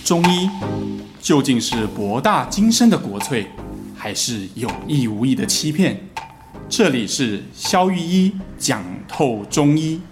中医究竟是博大精深的国粹，还是有意无意的欺骗？这里是萧御医讲透中医。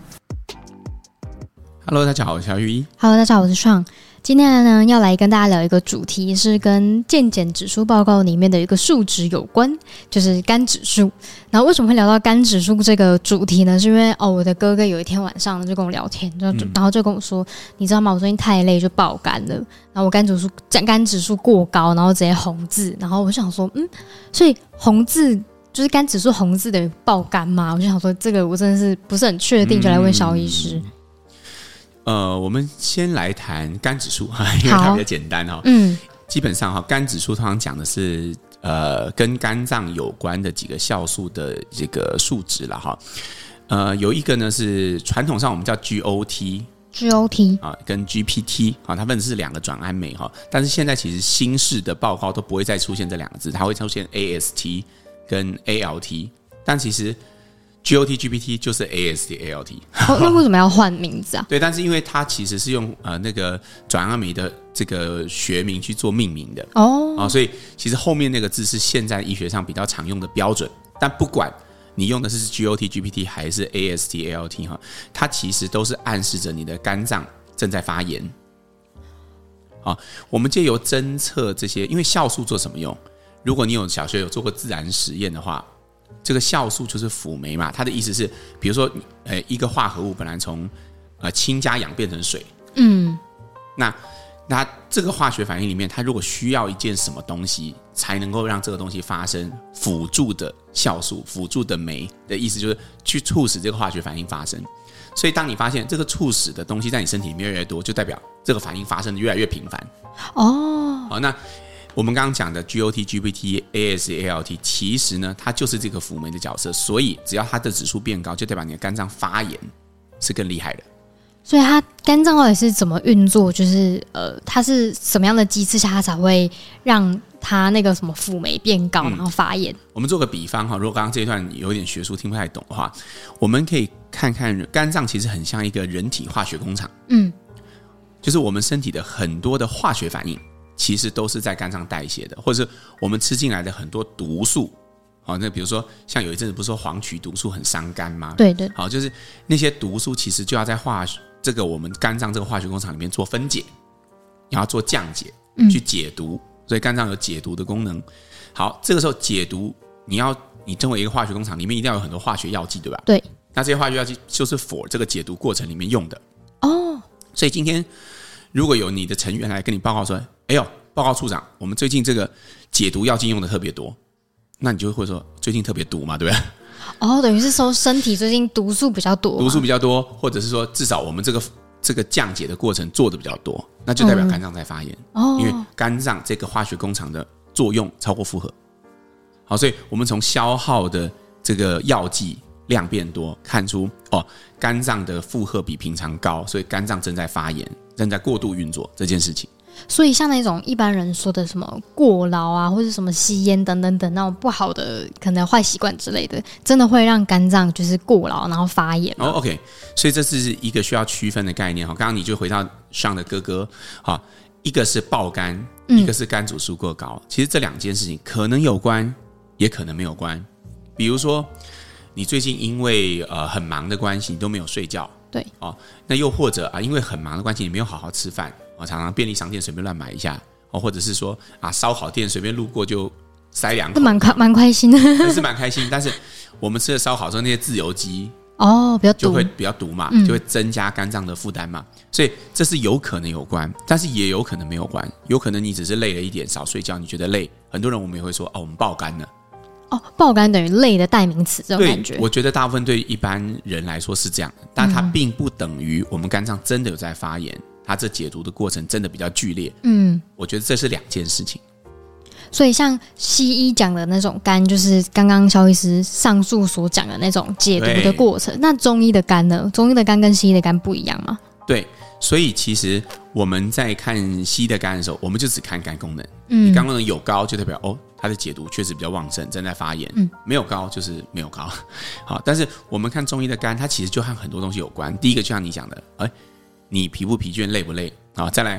Hello， 大家好，我是萧御医。 Hello， 大家好，我是创。今天呢，要来跟大家聊一个主题，是跟健检指数报告里面的一个数值有关，就是肝指数。然后为什么会聊到肝指数这个主题呢？是因为我的哥哥有一天晚上就跟我聊天，然后就跟我说，你知道吗？我最近太累就爆肝了，然后我肝指数过高，然后直接红字。然后我就想说，所以红字就是肝指数红字等于爆肝吗？我就想说，这个我真的是不是很确定，就来问萧医师。 我们先来谈肝指数，因为它比较简单哈。基本上哈，肝指数通常讲的是跟肝脏有关的几个酵素的这个数值了哈。有一个呢是传统上我们叫 GOT 啊，跟 GPT 啊，它分的是两个转氨酶哈。但是现在其实新式的报告都不会再出现这两个字，它会出现 AST 跟 ALT， 但其实GOT、GPT 就是 AST、ALT。 那为什么要换名字啊？ 对，但是因为它其实是用那个转氨酶的这个学名去做命名的所以其实后面那个字是现在医学上比较常用的标准。但不管你用的是 GOT、GPT 还是 AST、ALT 它其实都是暗示着你的肝脏正在发炎。我们借由侦测这些，因为酵素做什么用？如果你小学有做过自然实验的话，这个酵素就是辅酶嘛，它的意思是，比如说，一个化合物本来从氢加氧变成水，那这个化学反应里面，它如果需要一件什么东西才能够让这个东西发生，辅助的酵素、辅助的酶的意思就是去促使这个化学反应发生。所以，当你发现这个促使的东西在你身体里面越来越多，就代表这个反应发生的越来越频繁。那我们刚刚讲的 GOT、GPT、AST、ALT 其实呢，它就是这个辅酶的角色，所以只要它的指数变高，就代表你的肝脏发炎是更厉害的。 所以它肝脏到底是怎么运作？就是它是什么样的机制下，它才会让它那个什么辅酶变高，然后发炎？我们做个比方哈，如果刚刚这一段有点学术听不太懂的话，我们可以看看肝脏其实很像一个人体化学工厂。就是我们身体的很多的化学反应其实都是在肝脏代谢的，或者是我们吃进来的很多毒素，那比如说像有一阵子不是说黄曲毒素很伤肝吗？ 对， 就是那些毒素其实就要在这个我们肝脏这个化学工厂里面做分解，然后做降解，去解毒，所以肝脏有解毒的功能。好，这个时候解毒，你作为一个化学工厂里面一定要有很多化学药剂，对吧？ 对， 那这些化学药剂就是 for 这个解毒过程里面用的。所以今天如果有你的成员来跟你报告说，报告处长，我们最近这个解毒药剂用的特别多，那你就会说最近特别毒嘛，对不对？ 等于是说身体最近毒素比较多， 或者是说至少我们这个降解的过程做的比较多，那就代表肝脏在发炎。因为肝脏这个化学工厂的作用超过负荷。好，所以我们从消耗的这个药剂量变多，看出肝脏的负荷比平常高，所以肝脏正在发炎，正在过度运作这件事情。 所以像那种一般人说的什么过劳啊，或者什么吸烟等等等那种不好的可能坏习惯之类的，真的会让肝脏就是过劳然后发炎。 OK， 所以这是一个需要区分的概念。刚刚你就回到上的哥哥，一个是爆肝，一个是肝指数过高。其实这两件事情可能有关，也可能没有关。比如说你最近因为很忙的关系，你都没有睡觉， 对那又或者因为很忙的关系，你没有好好吃饭，常常便利商店随便乱买一下，或者是说烧烤店随便路过就塞两口， 蛮开心的， 是蛮开心。但是我们吃了烧烤之后，那些自由基就会比较毒嘛，就会增加肝脏的负担嘛，所以这是有可能有关，但是也有可能没有关。有可能你只是累了一点，少睡觉，你觉得累。很多人我们也会说我们爆肝了。 爆肝等于累的代名词，这种感觉。 对，我觉得大部分对一般人来说是这样，但它并不等于我们肝脏真的有在发炎，它这解毒的过程真的比较剧烈。我觉得这是两件事情。 所以像西医讲的那种肝，就是刚刚萧医师上述所讲的那种解毒的过程。那中医的肝呢？中医的肝跟西医的肝不一样吗？ 对，所以其实我们在看西医的肝的时候，我们就只看肝功能。你肝功能有高，就代表它的解毒确实比较旺盛，正在发炎。没有高就是没有高。好，但是我们看中医的肝，它其实就和很多东西有关。第一个就像你讲的，你疲不疲倦，累不累？再来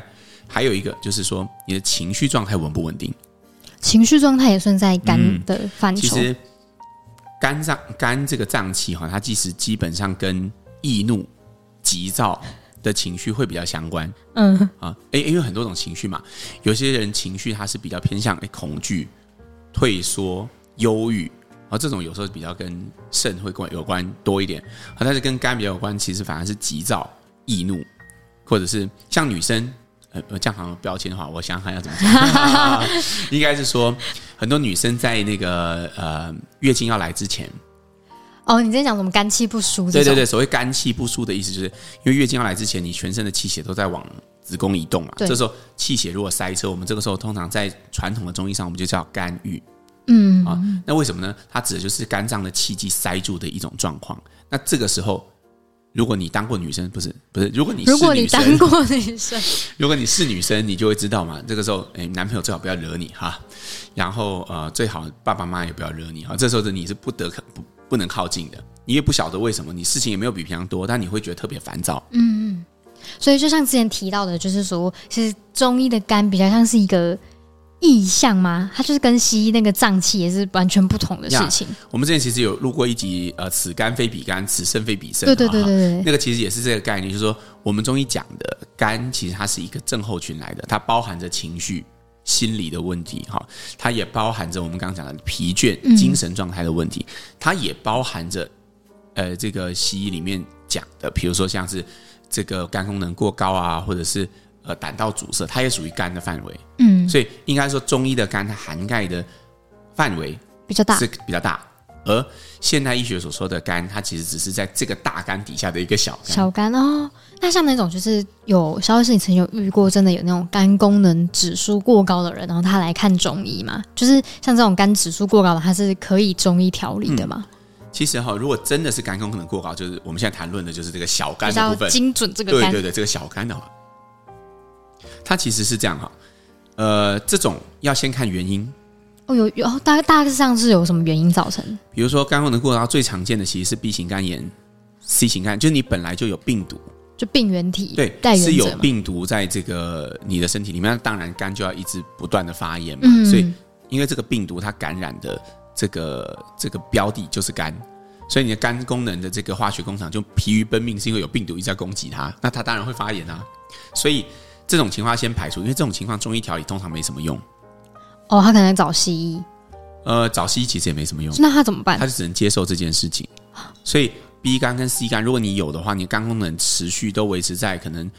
还有一个就是说你的情绪状态稳不稳定。 情绪状态也算在肝的范畴。 其实肝这个脏器它其实基本上跟易怒、急躁的情绪会比较相关。因为很多种情绪嘛，有些人情绪他是比较偏向恐惧、退缩、忧郁，这种有时候比较跟肾会有关多一点，但是跟肝比较有关，其实反而是急躁、易怒，或者是像女生。这样好像标签的话，我想想看要怎么讲。应该是说，很多女生在那个月经要来之前， 你之前讲什么肝气不舒？ 对，所谓肝气不舒的意思，就是因为月经要来之前，你全身的气血都在往子宫移动嘛。这时候气血如果塞车，我们这个时候通常在传统的中医上，我们就叫肝郁。那为什么呢？它指的就是肝脏的气机塞住的一种状况。那这个时候。如果你当过女生，不是，如果你当过女生， 如果你是女生，你就会知道嘛。这个时候，男朋友最好不要惹你哈，然后最好爸爸妈妈也不要惹你哈。这时候的你是不能靠近的，你也不晓得为什么，你事情也没有比平常多，但你会觉得特别烦躁。 所以就像之前提到的，就是说，其实中医的肝比较像是一个意象吗？它就是跟西医那个脏器也是完全不同的事情。 我们之前其实有录过一集，此肝非彼肝，此肾非彼肾。 对， 那个其实也是这个概念，就是说我们中医讲的肝，其实它是一个症候群来的，它包含着情绪、心理的问题，它也包含着我们刚刚讲的疲倦、精神状态的问题，它也包含着这个西医里面讲的，比如说像是这个肝功能过高啊，或者是胆道阻塞，它也属于肝的范围。所以应该说中医的肝它涵盖的范围比较大， 是比较大。而现代医学所说的肝，它其实只是在这个大肝底下的一个小肝。 那像那种就是肖医师，你曾经有遇过真的有那种肝功能指数过高的人，然后他来看中医嘛？就是像这种肝指数过高的，他是可以中医调理的吗？ 其实如果真的是肝功能过高，就是我们现在谈论的就是这个小肝的部分， 比较精准这个肝。 对，这个小肝的话，它其实是这样这种要先看原因。 大概上是有什么原因造成？ 比如说肝功能过高，最常见的其实是 B 型肝炎、C 型肝，就是你本来就有病毒， 就病原体， 对，是有病毒在这个你的身体里面，当然肝就要一直不断的发炎嘛。所以因为这个病毒它感染的这个标的就是肝，所以你的肝功能的这个化学工厂就疲于奔命，是因为有病毒一直在攻击它，那它当然会发炎啊。所以这种情况先排除，因为这种情况中医调理通常没什么用。 他可能找西医。 找西医其实也没什么用。 那他怎么办？ 他就只能接受这件事情。所以 B 肝跟 C 肝，如果你有的话，你肝功能持续都维持在可能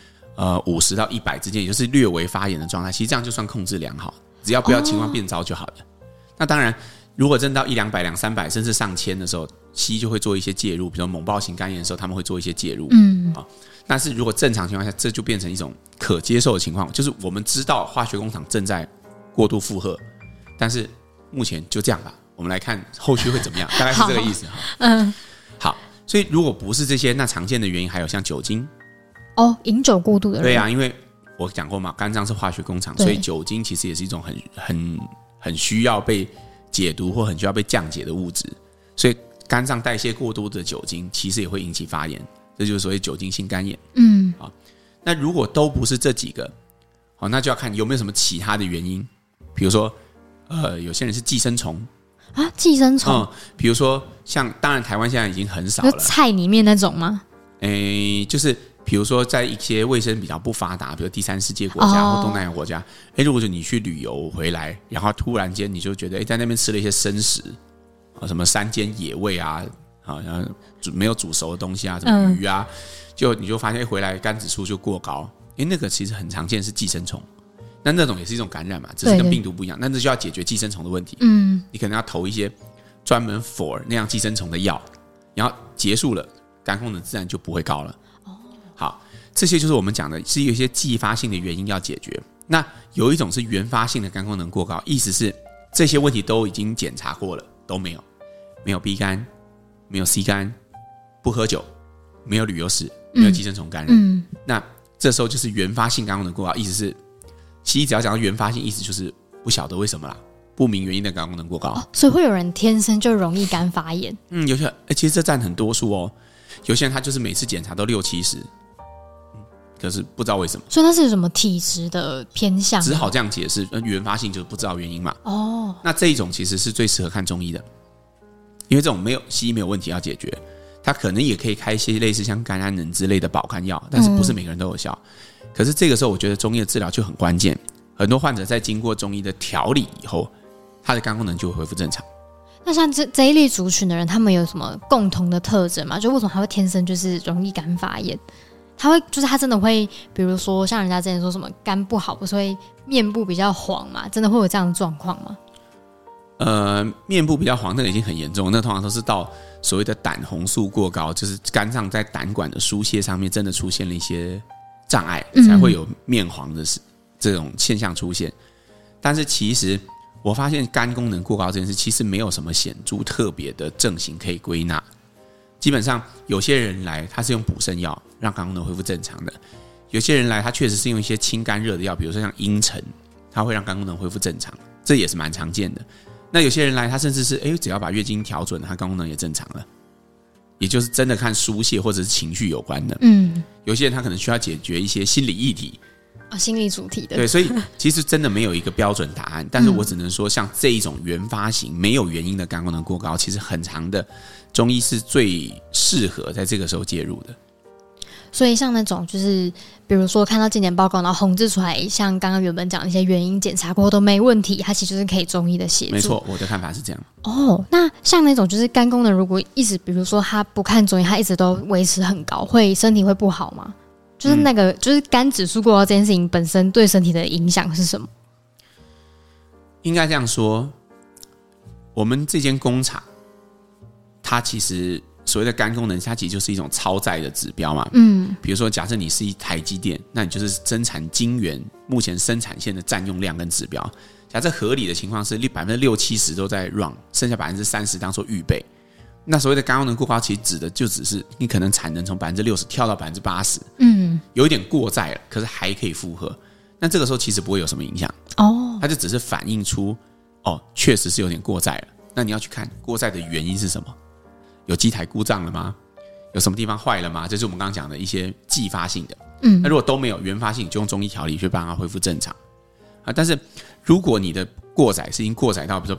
50到100之间，也就是略微发炎的状态，其实这样就算控制良好，只要不要情况变糟就好了。那当然，如果真到100、200、200甚至上千的时候，西医就会做一些介入，比如猛暴型肝炎的时候，他们会做一些介入。但是如果正常情况下，这就变成一种可接受的情况，就是我们知道化学工厂正在过度负荷，但是目前就这样吧，我们来看后续会怎么样，大概是这个意思。好，所以如果不是这些，那常见的原因还有像酒精。 饮酒过度的人。 对啊，因为我讲过嘛，肝脏是化学工厂，所以酒精其实也是一种很需要被解毒或很需要被降解的物质，所以肝脏代谢过多的酒精其实也会引起发炎，这就是所谓酒精性肝炎。那如果都不是这几个，那就要看有没有什么其他的原因，比如说有些人是寄生虫啊，寄生虫， 比如说像当然台湾现在已经很少了， 菜里面那种吗？ 就是比如说在一些卫生比较不发达，比如第三世界国家或东南亚国家，如果说你去旅游回来，然后突然间你就觉得在那边吃了一些生食，什么山间野味啊，然后没有煮熟的东西啊，什么鱼啊，你就发现回来肝指数就过高，那个其实很常见是寄生虫，那种也是一种感染嘛，只是跟病毒不一样，那这就要解决寄生虫的问题。你可能要投一些专门 for 那样寄生虫的药，然后结束了，肝功能自然就不会高了。好，这些就是我们讲的是有一些继发性的原因要解决。那有一种是原发性的肝功能过高，意思是这些问题都已经检查过了，都没有 B 肝，没有 C 肝，不喝酒，没有旅游史，没有寄生虫感染。那这时候就是原发性肝功能过高，意思是西医只要讲到原发性，意思就是不晓得为什么啦，不明原因的肝功能过高。 所以会有人天生就容易肝发炎。 有些其实这占很多数哦。有些人他就是每次检查都60-70， 可是不知道为什么。 所以它是有什么体质的偏向？ 只好这样解释，原发性就是不知道原因嘛。哦，那这一种其实是最适合看中医的，因为这种西医没有问题要解决，它可能也可以开一些类似像甘氨能之类的保肝药，但是不是每个人都有效。可是这个时候，我觉得中医的治疗就很关键。很多患者在经过中医的调理以后，他的肝功能就会恢复正常。 那像这一类族群的人，他们有什么共同的特征吗？就为什么他会天生就是容易肝发炎？他真的会，比如说像人家之前说什么肝不好，不是会面部比较黄嘛？真的会有这样的状况吗？ 面部比较黄，那个已经很严重，那通常都是到所谓的胆红素过高，就是肝脏在胆管的疏泄上面真的出现了一些障碍，才会有面黄的这种现象出现。但是其实我发现肝功能过高这件事其实没有什么显著特别的症型可以归纳。基本上有些人来他是用补肾药让肝功能恢复正常的，有些人来他确实是用一些清肝热的药，比如说像茵陈，它会让肝功能恢复正常，这也是蛮常见的。那有些人来他甚至是只要把月经调准，他肝功能也正常了，也就是真的看疏泄或者是情绪有关的。有些人他可能需要解决一些心理议题， 心理主题的。 对，所以其实真的没有一个标准答案，但是我只能说像这一种原发型没有原因的肝功能过高，其实很常的中医是最适合在这个时候介入的。 所以像那种就是比如说看到健检报告然后红字出来，像刚刚原本讲的一些原因检查过后都没问题，它其实是可以中医的协助。 没错，我的看法是这样。 那像那种就是肝功能如果一直比如说他不看中医，他一直都维持很高，身体会不好吗？就是那个就是肝指数过高这件事情本身对身体的影响是什么？ 应该这样说，我们这间工厂它其实所谓的肝功能，它其实就是一种超载的指标嘛。比如说假设你是一台积电，那你就是生产晶圆目前生产线的占用量跟指标。假设合理的情况是60%-70%都在 run， 剩下30%当做预备。那所谓的肝功能过高，其实指的就只是你可能产能从60%跳到80%，有一点过载了，可是还可以负荷。那这个时候其实不会有什么影响，它就只是反映出确实是有点过载了。那你要去看过载的原因是什么？有机台故障了吗？有什么地方坏了吗？这是我们刚刚讲的一些继发性的。那如果都没有原发性，就用中医调理去帮它恢复正常。但是如果你的过载是已经过载到比如说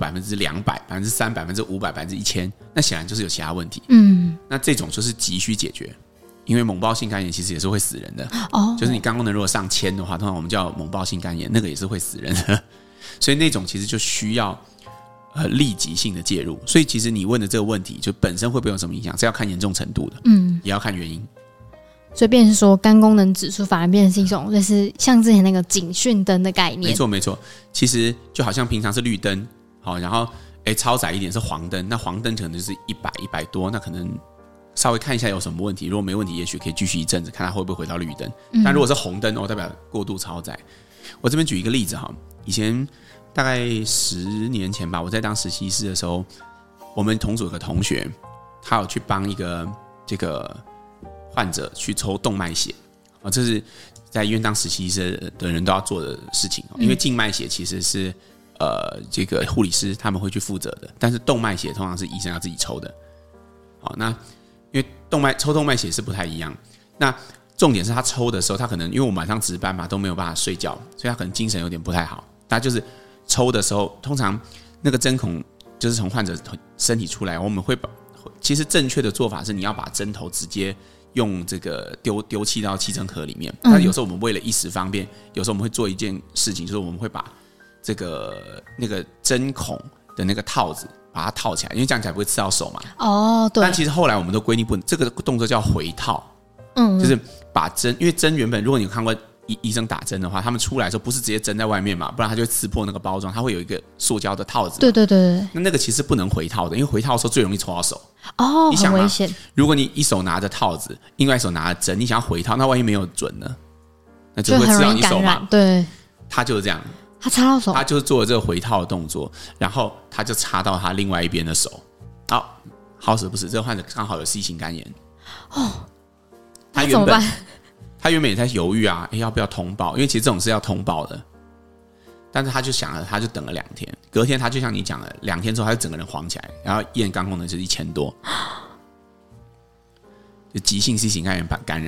200%、300%、500%、1000%，那显然就是有其他问题。那这种就是急需解决，因为猛暴性肝炎其实也是会死人的。就是你肝功能如果上1000的话，通常我们叫猛暴性肝炎，那个也是会死人的。所以那种其实就需要立即性的介入。所以其实你问的这个问题，就本身会不会有什么影响，是要看严重程度的，也要看原因。 所以变成说肝功能指数反而变成是一种类似像之前那个警讯灯的概念。 没错没错，其实就好像平常是绿灯，然后超载一点是黄灯，那黄灯可能就是100多，那可能稍微看一下有什么问题，如果没问题也许可以继续一阵子看它会不会回到绿灯。但如果是红灯代表过度超载。我这边举一个例子，以前大概10年前吧，我在当实习医师的时候，我们同组有个同学，他有去帮一个这个患者去抽动脉血，这是在医院当实习医师的人都要做的事情。因为静脉血其实是这个护理师他们会去负责的，但是动脉血通常是医生要自己抽的。那因为抽动脉血是不太一样，那重点是他抽的时候，他可能因为我们晚上值班嘛，都没有办法睡觉，所以他可能精神有点不太好。他就是抽的时候，通常那个针孔就是从患者身体出来，我们会其实正确的做法是你要把针头直接用这个丢弃到气针盒里面。但有时候我们为了一时方便，有时候我们会做一件事情，就是我们会把这个那个针孔的那个套子把它套起来，因为这样才不会刺到手嘛。对。但其实后来我们都规定不能，这个动作叫回套。就是把针，因为针原本如果你有看过医生打针的话，他们出来的时候不是直接针在外面嘛，不然他就会刺破那个包装，它会有一个塑胶的套子。对。那个其实不能回套的，因为回套的时候最容易抽到手。你想很危险。如果你一手拿着套子，另外一手拿着针，你想要回套，那万一没有准呢？那就会刺到你手嘛。对。他就是这样， 他插到手， 他就是做了这个回套的动作，然后他就插到他另外一边的手。好死不死，这个患者刚好有 C 型肝炎。他原本他原本也在犹豫啊，要不要通报？因为其实这种是要通报的，但是他就想了，他就等了2天，隔天他就像你讲的，2天之后他就整个人黄起来，然后验肝功能就是1000多，就急性 C 型肝炎感染。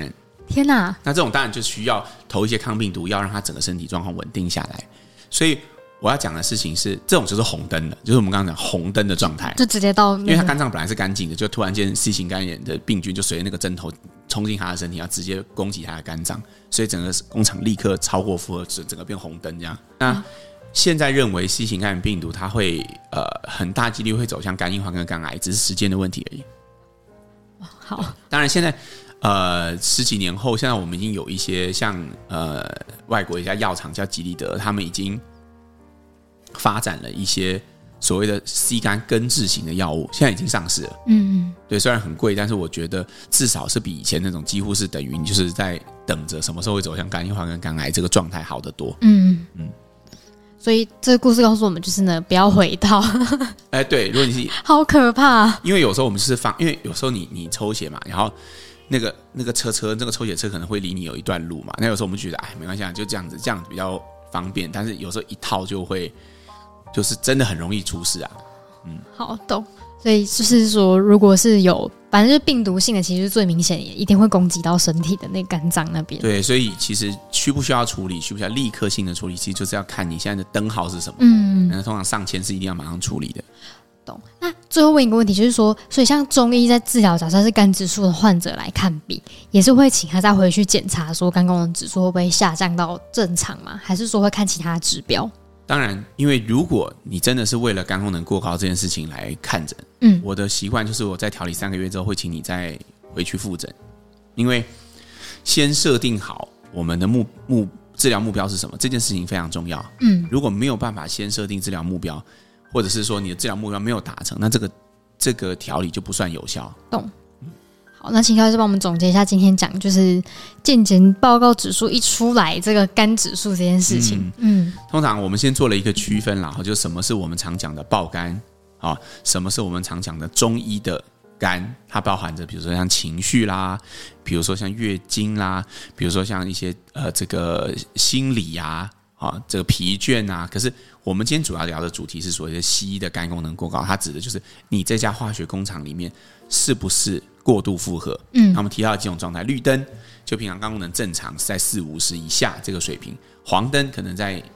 天哪！ 那这种当然就需要投一些抗病毒药，让他整个身体状况稳定下来。所以我要讲的事情是，这种就是红灯了，就是我们刚刚讲红灯的状态， 就直接到， 因为他肝脏本来是干净的，就突然间 C 型肝炎的病菌就随着那个针头冲进他的身体，要直接攻击他的肝脏，所以整个工厂立刻超过负荷，整个变红灯这样。那现在认为 C 型肝炎病毒它会很大几率会走向肝硬化跟肝癌，只是时间的问题而已。 好， 当然现在10几年后，现在我们已经有一些像外国一家药厂叫吉利德，他们已经发展了一些所谓的 C 肝根治型的药物，现在已经上市了。对，虽然很贵，但是我觉得至少是比以前那种几乎是等于你就是在等着什么时候会走向肝硬化跟肝癌这个状态好得多。 所以这个故事告诉我们，就是呢，不要回到。 对，如果你是好可怕， 因为有时候我们就是因为有时候你抽血嘛，然后那个那个抽血车可能会离你有一段路嘛，那有时候我们觉得没关系，就这样子比较方便，但是有时候一套就是真的很容易出事啊。 好懂。所以就是说，如果是有反正就是病毒性的，其实最明显也一定会攻击到身体的那个肝脏那边。 对，所以其实需不需要处理，需不需要立刻性的处理，其实就是要看你现在的灯号是什么。那通常上签是一定要马上处理的。 懂。那最后问一个问题，就是说，所以像中医在治疗假设是肝指数的患者来看病，也是会请他再回去检查说肝功能指数会不会下降到正常吗？还是说会看其他指标？ 当然，因为如果你真的是为了肝功能过高这件事情来看诊，我的习惯就是我在调理3个月之后会请你再回去复诊，因为先设定好我们的治疗目标是什么，这件事情非常重要。如果没有办法先设定治疗目标，或者是说你的治疗目标没有达成，那这个调理就不算有效。 懂。好，那请肖医师帮我们总结一下今天讲就是健检报告指数一出来，这个肝指数这件事情。 通常我们先做了一个区分啦，就什么是我们常讲的爆肝，什么是我们常讲的中医的肝，它包含着比如说像情绪啦，比如说像月经啦，比如说像一些这个心理啊，这个疲倦啊。可是我们今天主要聊的主题是所谓的西医的肝功能过高，它指的就是你这家化学工厂里面是不是过度负荷。他们提到的几种状态，绿灯就平常肝功能正常是在40-50以下这个水平，黄灯可能在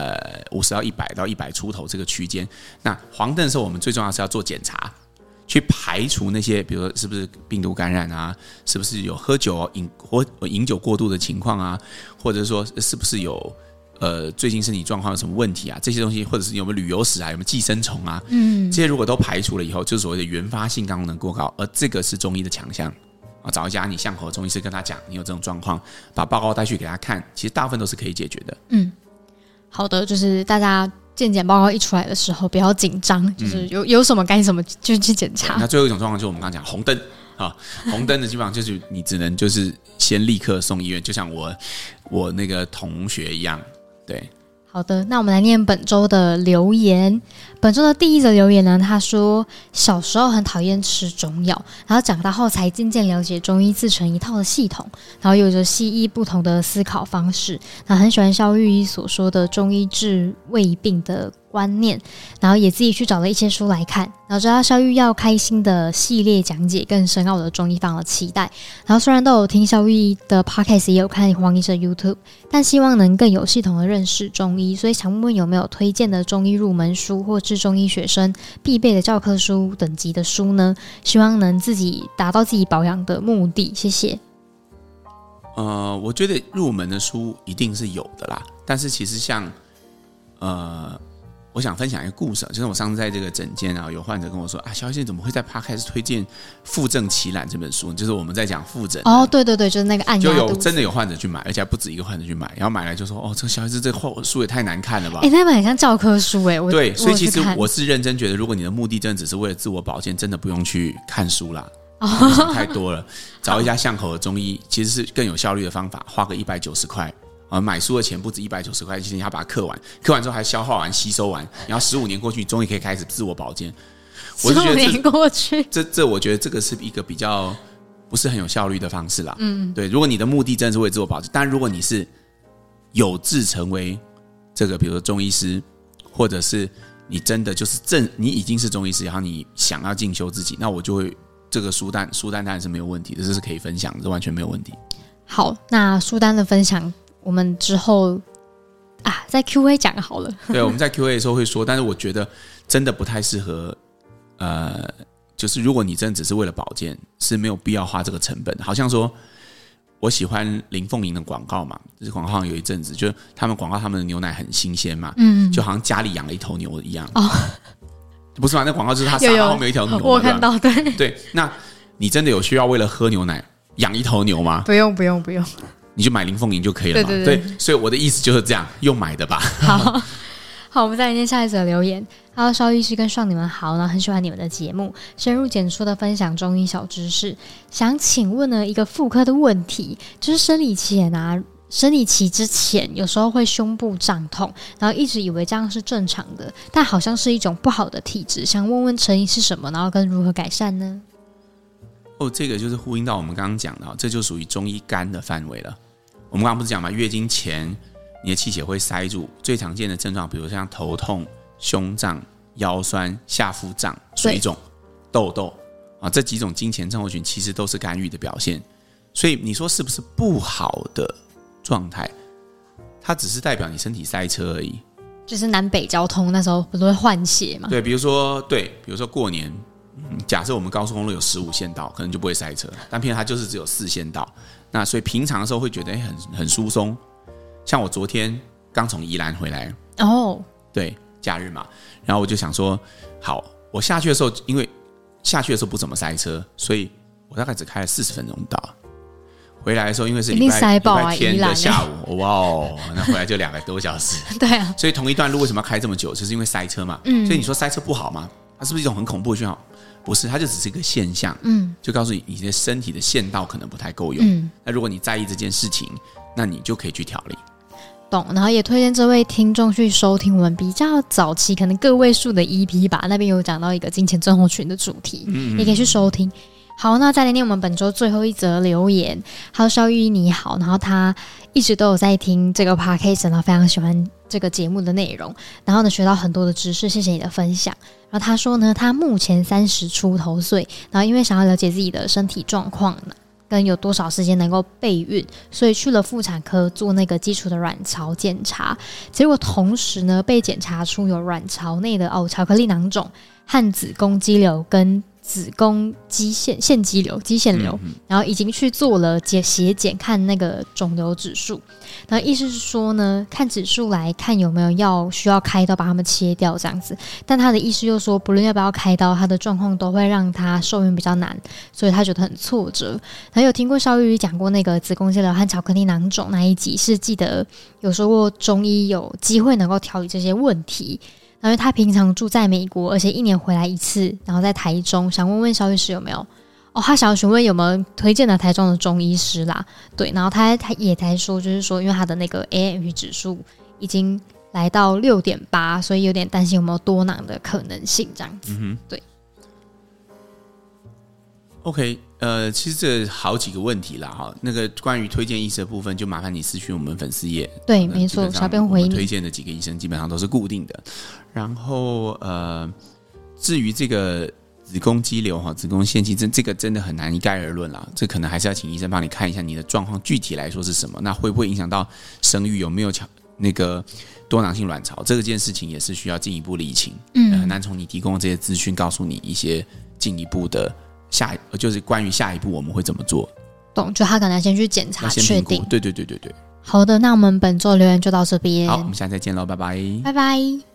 50到100到100出头这个区间。那黄灯的时候，我们最重要的是要做检查，去排除那些比如说是不是病毒感染啊，是不是有喝酒饮酒过度的情况啊，或者说是不是有最近身体状况有什么问题啊，这些东西，或者是有没有旅游史啊，有没有寄生虫啊，这些如果都排除了以后，就是所谓的原发性肝功能过高，而这个是中医的强项。找一家你巷口的中医师跟他讲你有这种状况，把报告带去给他看，其实大部分都是可以解决的。 好的，就是大家健检报告一出来的时候不要紧张，就是有什么该什么就去检查。 那最后一种状况就是我们刚刚讲红灯红灯的基本上就是你只能就是先立刻送医院，就像我那个同学一样。对， 好的，那我们来念本周的留言。本周的第一则留言呢，他说小时候很讨厌吃中药，然后长大后才渐渐了解中医自成一套的系统，然后有着西医不同的思考方式，然后很喜欢肖玉医所说的中医治胃病的观念，然后也自己去找了一些书来看，然后知道肖玉要开心的系列讲解更深奥的中医，非常的期待。然后虽然都有听肖玉的 podcast， 也有看黄医师的 YouTube， 但希望能更有系统的认识中医，所以想问问有没有推荐的中医入门书，或是中医学生必备的教科书等级的书呢？希望能自己达到自己保养的目的，谢谢。 我觉得入门的书一定是有的啦，但是其实像我想分享一个故事，就是我上次在这个诊间有患者跟我说肖医生怎么会在 Podcast 推荐《腹正奇览》这本书，就是我们在讲腹诊。对对对，就是那个按压肚子，真的有患者去买，而且还不止一个患者去买，然后买来就说这个肖医生这书也太难看了吧。那本很像教科书对，所以其实我是认真觉得，如果你的目的真的只是为了自我保健，真的不用去看书啦。想太多了，找一家巷口的中医其实是更有效率的方法，花个190块。买书的钱不止190块，其实你要把它刻完之后还消化完吸收完，然后15年过去，你终于可以开始自我保健。我就觉得15年过去，这我觉得这个是一个比较不是很有效率的方式啦。对，如果你的目的真的是为自我保健，但如果你是有志成为这个比如说中医师，或者是你真的就是你已经是中医师，然后你想要进修自己，那我就会这个书单当然是没有问题的，这是可以分享的，这完全没有问题。 好，那书单的分享我们之后在 Q&A 讲好了。 对，我们在 Q&A 的时候会说，但是我觉得真的不太适合就是如果你真的只是为了保健，是没有必要花这个成本。好像说我喜欢林凤营的广告嘛，这广告好像有一阵子，就是他们广告他们的牛奶很新鲜嘛，就好像家里养了一头牛一样。不是吗？那广告就是他沙发后面有一条牛， 我看到，对对。那你真的有需要为了喝牛奶养一头牛吗？ 不用， 你就买林凤营就可以了嘛。对，所以我的意思就是这样，用买的吧。 好，我们再来念下一则留言。Hello， 邵医师跟爽你们好呢，很喜欢你们的节目，深入简说的分享中医小知识。想请问呢一个妇科的问题，就是生理期之前有时候会胸部胀痛，然后一直以为这样是正常的，但好像是一种不好的体质，想问问成因是什么，然后跟如何改善呢？ 这个就是呼应到我们刚刚讲的，这就属于中医肝的范围了。我们刚刚不是讲嘛，月经前你的气血会塞住，最常见的症状比如像头痛、胸胀、腰酸、下腹胀、水肿、痘痘这几种经前症候群其实都是肝郁的表现。所以你说是不是不好的状态，它只是代表你身体塞车而已。 就是南北交通那时候不是会换血吗？ 对，比如说过年，假设我们高速公路有15线道，可能就不会塞车，但偏偏它就是只有4线道。那所以平常的时候会觉得很疏松。像我昨天刚从宜兰回来对，假日嘛，然后我就想说，好，我下去的时候，因为下去的时候不怎么塞车，所所以我大概只开了40分钟到。回来的时候，因为是礼拜天的下午，那回来就2个多小时。 对啊， 所以同一段路为什么要开这么久，就是因为塞车嘛。所以你说塞车不好吗？它是不是一种很恐怖的讯号？不是，它就只是一个现象。就告诉你你的身体的线道可能不太够用。那如果你在意这件事情，那你就可以去调理。 懂，然后也推荐这位听众去收听我们比较早期可能个位数的 EP 吧，那边有讲到一个经前症候群的主题，也可以去收听。好，那再来念我们本周最后一则留言。Hello， 邵玉你好，然后他一直都有在听这个 podcast， 然后非常喜欢这个节目的内容，然后呢学到很多的知识，谢谢你的分享。然后他说呢，他目前30出头岁，然后因为想要了解自己的身体状况跟有多少时间能够备孕，所以去了妇产科做那个基础的卵巢检查，结果同时呢被检查出有卵巢内的巧克力囊肿和子宫肌瘤跟子宫腺肌瘤，然后已经去做了血检看那个肿瘤指数，然后意思是说呢，看指数来看有没有需要开刀把它们切掉这样子，但他的意思又说不论要不要开刀，他的状况都会让他受孕比较难，所以他觉得很挫折。然后有听过邵玉讲过那个子宫肌瘤和巧克力囊肿那一集，是记得有说过中医有机会能够调理这些问题。因为他平常住在美国，而且1年回来1次，然后在台中，想问问肖医师有没有他想要询问有没有推荐的台中的中医师啦。对，然后他也才说，就是说因为他的那个 AMH 指数已经来到6.8，所以有点担心有没有多囊的可能性这样子。对。 OK， 其实这好几个问题啦哈。那个关于推荐医师的部分，就麻烦你私讯我们粉丝页。 对，没错，小编回应。 推荐的几个医生基本上都是固定的。然后至于这个子宫肌瘤哈、子宫腺肌症，这个真的很难一概而论啦。这可能还是要请医生帮你看一下你的状况具体来说是什么，那会不会影响到生育，有没有那个多囊性卵巢，这件事情也是需要进一步理清。很难从你提供的这些资讯告诉你一些进一步的。就是关于下一步我们会怎么做， 懂？就他可能先去检查确定。 对。 好的，那我们本周留言就到这边。 好，我们下次再见喽，拜拜， 拜拜。